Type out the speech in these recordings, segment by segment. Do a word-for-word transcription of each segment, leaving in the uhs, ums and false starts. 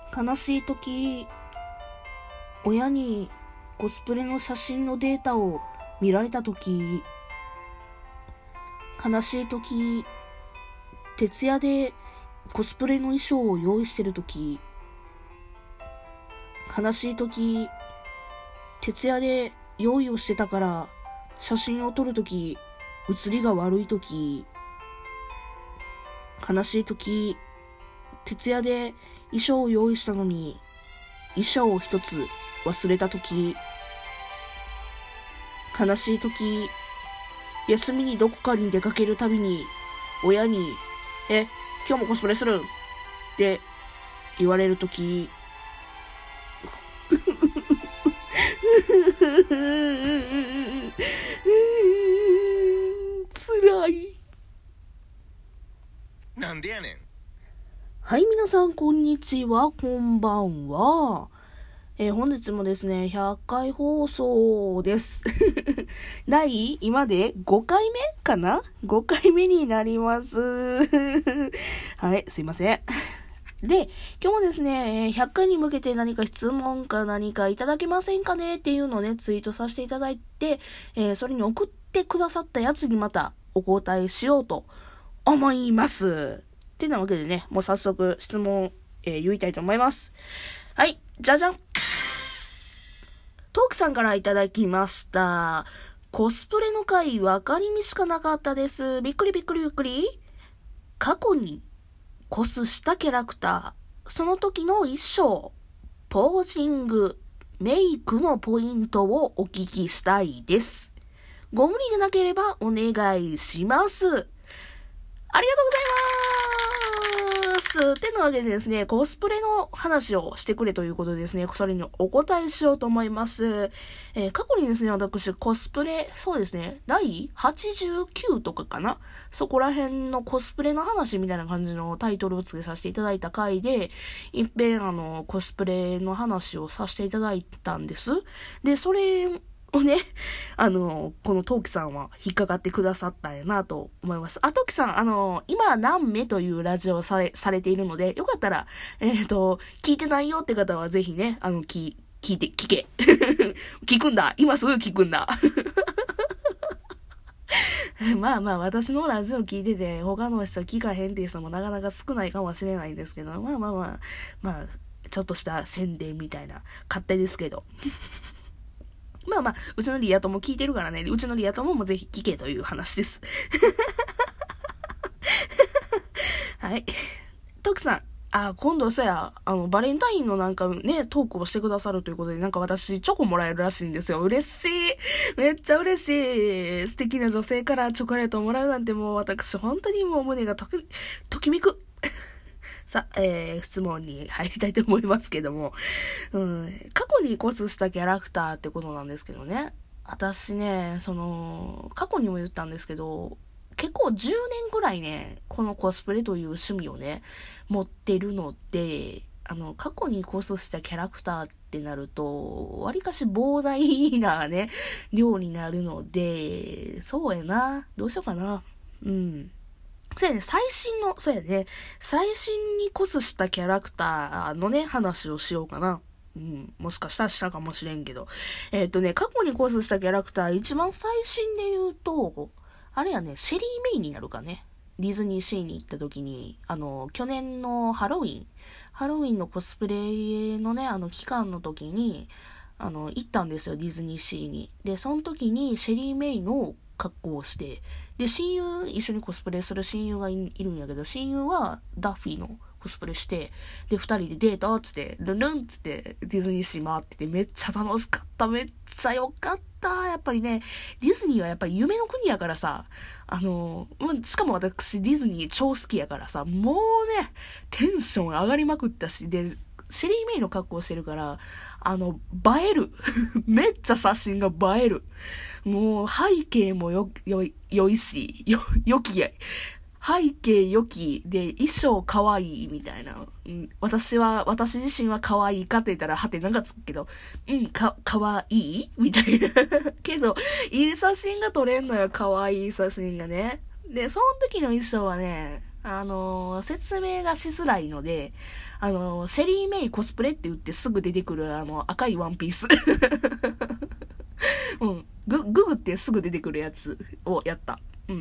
悲しい時、親にコスプレの写真のデータを見られた時、悲しい時、徹夜でコスプレの衣装を用意してる時、悲しい時、徹夜で用意をしてたから写真を撮る時、写りが悪い時、悲しい時、徹夜で衣装を用意したのに衣装を一つ忘れた時、悲しい時、休みにどこかに出かけるたびに親にえ、今日もコスプレするって言われる時、つらい。 なんでやねん。 はい、皆さんこんにちは、こんばんは。えー、本日もですね、ひゃっかい放送です。第、今でごかいめかな ?ご 回目になります。はい、すいません。で、今日もですね、ひゃっかいに向けて何か質問か何かいただけませんかねっていうのをね、ツイートさせていただいて、えー、それに送ってくださったやつにまたお答えしようと思います。ってなわけでね、もう早速質問、えー、言いたいと思います。はい、じゃじゃん。トークさんからいただきました。コスプレの回分かりみしかなかったです。びっくりびっくりびっくり。過去にコスしたキャラクター、その時の衣装、ポージング、メイクのポイントをお聞きしたいです。ご無理でなければお願いします。ありがとうございます。てなわけでですね、コスプレの話をしてくれということでですね、それにお答えしようと思います。えー、過去にですね、私コスプレ、そうですね、だいはちじゅうきゅうとかかな、そこら辺のコスプレの話みたいな感じのタイトルをつけさせていただいた回で、いっぺんあの、コスプレの話をさせていただいたんです。で、それをね、あの、このトウキさんは引っかかってくださったんやなと思います。あ、トウキさん、あの、今何目というラジオをされ、されているので、よかったら、えっと、聞いてないよって方はぜひね、あの、聞、聞いて、聞け。聞くんだ。今すぐ聞くんだ。まあまあ、私のラジオ聞いてて、他の人聞かへんっていう人もなかなか少ないかもしれないんですけど、まあまあまあ、まあ、ちょっとした宣伝みたいな、勝手ですけど。まあまあ、うちのリア友も聞いてるからね、うちのリア友もぜひ聞けという話です。はい。トクさん、あ、今度さや、あの、バレンタインのなんかね、トークをしてくださるということで、なんか私、チョコもらえるらしいんですよ。嬉しい。めっちゃ嬉しい。素敵な女性からチョコレートをもらうなんてもう私、本当にもう胸がとき、ときめく。さあ、えー、質問に入りたいと思いますけども、うん、過去にコスしたキャラクターってことなんですけどね、私ね、その、過去にも言ったんですけど、結構じゅうねんぐらいね、このコスプレという趣味をね、持ってるので、あの、過去にコスしたキャラクターってなると、わりかし膨大なね、量になるので、そうやな、どうしようかな、うん。そうやね、最新の、そうやね、最新にコスしたキャラクターのね、話をしようかな。うん、もしかしたらしたかもしれんけど。えっとね、過去にコスしたキャラクター、一番最新で言うと、あれやね、シェリー・メイになるかね。ディズニーシーに行った時に、あの、去年のハロウィン、ハロウィンのコスプレのね、あの、期間の時に、あの、行ったんですよ、ディズニーシーに。で、その時にシェリー・メイの格好をして、で、親友、一緒にコスプレする親友が い, いるんやけど、親友はダッフィーのコスプレして、で、二人でデートっつって、ルンルンっつってディズニーシー回ってて、めっちゃ楽しかった。めっちゃ良かった。やっぱりね、ディズニーはやっぱり夢の国やからさ、あの、しかも私ディズニー超好きやからさ、もうね、テンション上がりまくったし、で、シェリー・メイの格好してるから、あの、映える。めっちゃ写真が映える。もう、背景もよ、よ、良いし、よ、良きや。背景良きで、衣装可愛いみたいな。うん、私は、私自身は可愛いかって言ったら、はてなんかつくけど、うん、か、可愛いみたいな。けど、いい写真が撮れんのよ、可愛い写真がね。で、その時の衣装はね、 あのー、説明がしづらいので、あのー、シェリーメイコスプレって言ってすぐ出てくるあの赤いワンピース。うん。グ、ググってすぐ出てくるやつをやった。うん。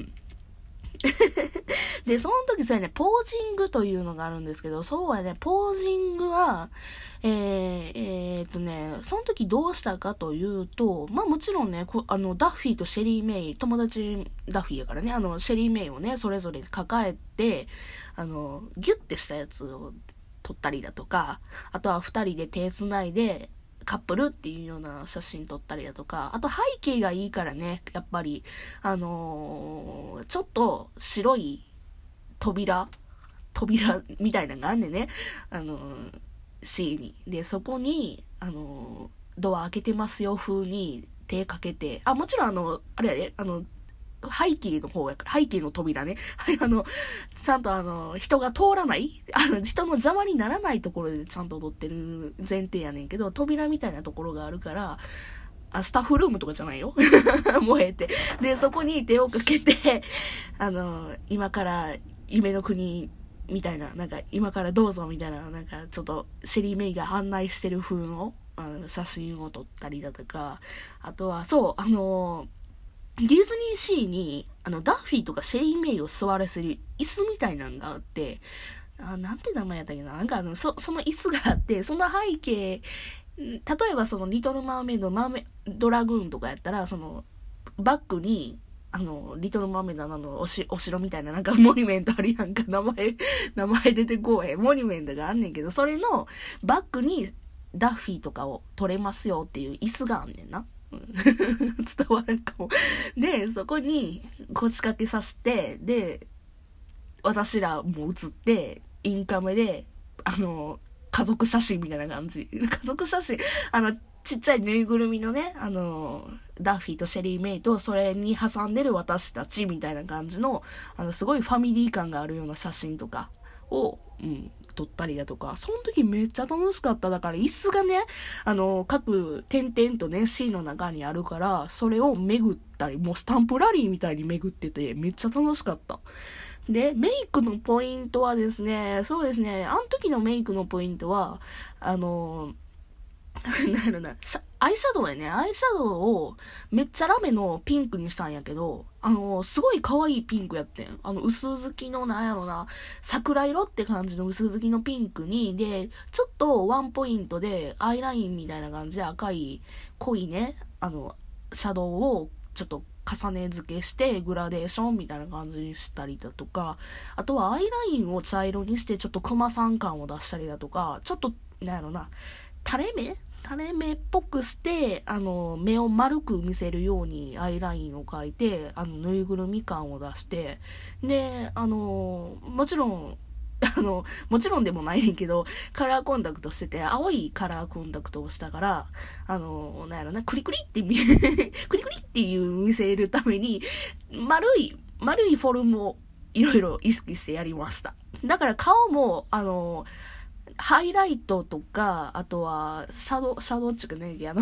で、その時そうやね、ポージングというのがあるんですけど、そうやね、ポージングは、えー、えー、っとね、その時どうしたかというと、まあもちろんね、こあの、ダッフィーとシェリーメイ、友達ダッフィーやからね、あの、シェリーメイをね、それぞれ抱えて、あの、ギュッてしたやつを撮ったりだとか、あとは二人で手繋いで、カップルっていうような写真撮ったりだとか、あと背景がいいからね、やっぱり、あのー、ちょっと白い扉、扉みたいなのがあんねんね、あのー、シーンに。で、そこに、あのー、ドア開けてますよ風に手かけて、あ、もちろんあの、あれやで、あの、背景の方やから、背景の扉ね。はい、あの、ちゃんとあの、人が通らない、あの、人の邪魔にならないところでちゃんと踊ってる前提やねんけど、扉みたいなところがあるから、あ、スタッフルームとかじゃないよ。燃えて。で、そこに手をかけて、あの、今から夢の国みたいな、なんか今からどうぞみたいな、なんかちょっとシェリーメイが案内してる風の、あの写真を撮ったりだとか、あとは、そう、あの、ディズニーシーに、あの、ダッフィーとかシェリーメイを座らせる椅子みたいなのがあって、あ、なんて名前やったっけな、なんかあの、そ、その椅子があって、その背景、例えばその、リトル・マーメイド、マーメドラグーンとかやったら、その、バックに、あの、リトル・マーメイドのおし、お城みたいな、なんかモニュメントあるやんか、名前、名前出てこうへん、モニュメントがあんねんけど、それのバックにダッフィーとかを撮れますよっていう椅子があんねんな。伝わるかも。で、そこに腰掛けさせて、で、私らも写って、インカメで、あの、家族写真みたいな感じ。家族写真、あの、ちっちゃいぬいぐるみのね、あの、ダッフィーとシェリーメイと、それに挟んでる私たちみたいな感じの、あの、すごいファミリー感があるような写真とかを、うん、撮ったりだとか、その時めっちゃ楽しかった。だから椅子がね、あの、各点々とね、シーンの中にあるから、それを巡ったり、もうスタンプラリーみたいに巡ってて、めっちゃ楽しかった。で、メイクのポイントはですね、そうですね、あの時のメイクのポイントは、あの、なんやろな、アイシャドウやね。アイシャドウをめっちゃラメのピンクにしたんやけど、あの、すごい可愛いピンクやってん。あの、薄付きのなんやろな、桜色って感じの薄付きのピンクに、で、ちょっとワンポイントでアイラインみたいな感じで赤い濃いね、あの、シャドウをちょっと重ね付けしてグラデーションみたいな感じにしたりだとか、あとはアイラインを茶色にしてちょっとクマさん感を出したりだとか、ちょっと、なんやろな、垂れ目垂れ目っぽくして、あの、目を丸く見せるようにアイラインを描いて、あの、ぬいぐるみ感を出して、で、あの、もちろん、あの、もちろんでもないねんけど、カラーコンタクトしてて、青いカラーコンタクトをしたから、あの、なんやろな、クリクリって見、クリクリっていう見せるために、丸い、丸いフォルムをいろいろ意識してやりました。だから顔も、あの、ハイライトとか、あとは、シャドウ、シャドウっていうかね、あの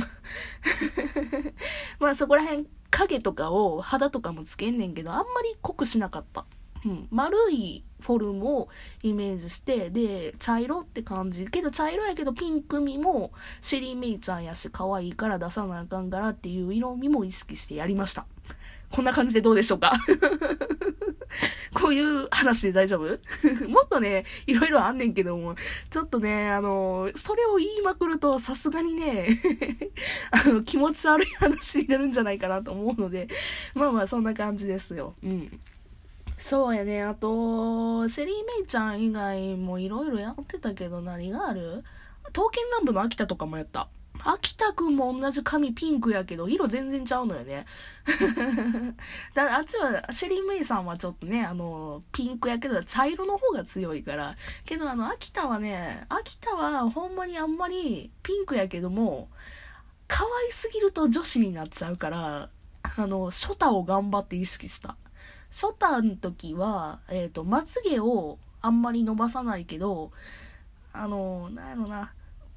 まあそこら辺、影とかを、肌とかもつけんねんけど、あんまり濃くしなかった。うん。丸いフォルムをイメージして、で、茶色って感じ。けど茶色やけどピンク味も、シェリーメイちゃんやし、可愛いから出さなあかんからっていう色味も意識してやりました。こんな感じでどうでしょうかこういう話で大丈夫もっとね、いろいろあんねんけども、ちょっとね、あの、それを言いまくると、さすがにね、あの、気持ち悪い話になるんじゃないかなと思うので、まあまあ、そんな感じですよ。うん。そうやね、あと、シェリーメイちゃん以外もいろいろやってたけど、何がある？刀剣乱舞の秋田とかもやった。秋田くんも同じ髪ピンクやけど、色全然ちゃうのよね。だあっちは、シェリーメイさんはちょっとね、あの、ピンクやけど、茶色の方が強いから。けど、あの、秋田はね、秋田はほんまにあんまりピンクやけども、可愛すぎると女子になっちゃうから、あの、ショタを頑張って意識した。ショタの時は、えっと、まつげをあんまり伸ばさないけど、あの、なんやろな、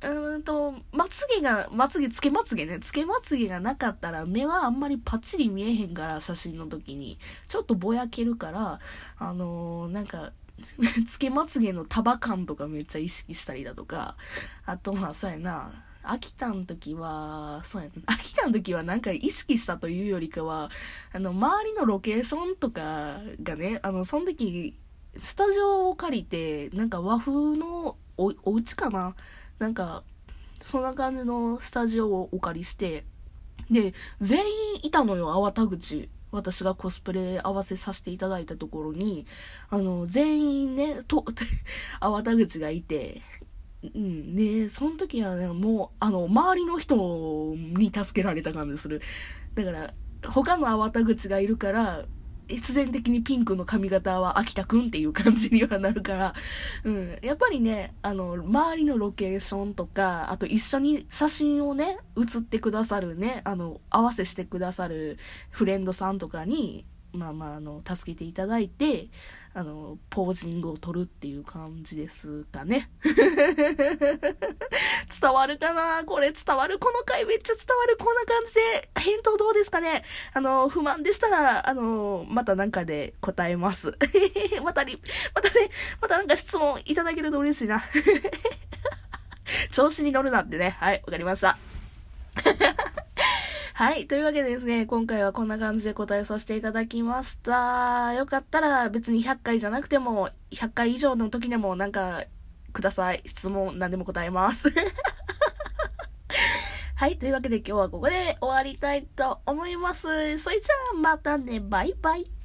うーんと、まつげが、まつげ、つけまつげね。つけまつげがなかったら、目はあんまりパッチリ見えへんから、写真の時に。ちょっとぼやけるから、あのー、なんか、つけまつげの束感とかめっちゃ意識したりだとか、あとまあ、そうやな、秋田の時は、そうやな、秋田の時はなんか意識したというよりかは、あの、周りのロケーションとかがね、あの、その時、スタジオを借りて、なんか和風のお、お家かななんか、そんな感じのスタジオをお借りして、で、全員いたのよ、粟田口。私がコスプレ合わせさせていただいたところに、あの、全員ね、と、粟田口がいて、うん、ね、その時はね、もう、あの、周りの人に助けられた感じする。だから、他の粟田口がいるから、必然的にピンクの髪型は秋田くんっていう感じにはなるから、うん、やっぱりね、あの、周りのロケーションとか、あと一緒に写真をね、写ってくださるね、あの、合わせしてくださるフレンドさんとかに、まあまあ、あの、助けていただいて、あの、ポージングを撮るっていう感じですかね。伝わるかなこれ伝わるこの回めっちゃ伝わるこんな感じで、返答どうですかねあの、不満でしたら、あの、またなんかで答えます。またり、またね、またなんか質問いただけると嬉しいな。調子に乗るなんてね。はい、わかりました。はい。というわけでですね、今回はこんな感じで答えさせていただきました。よかったら別にひゃっかいじゃなくても、ひゃっかい以上の時でもなんかください。質問何でも答えます。はい。というわけで今日はここで終わりたいと思います。それじゃあまたね。バイバイ。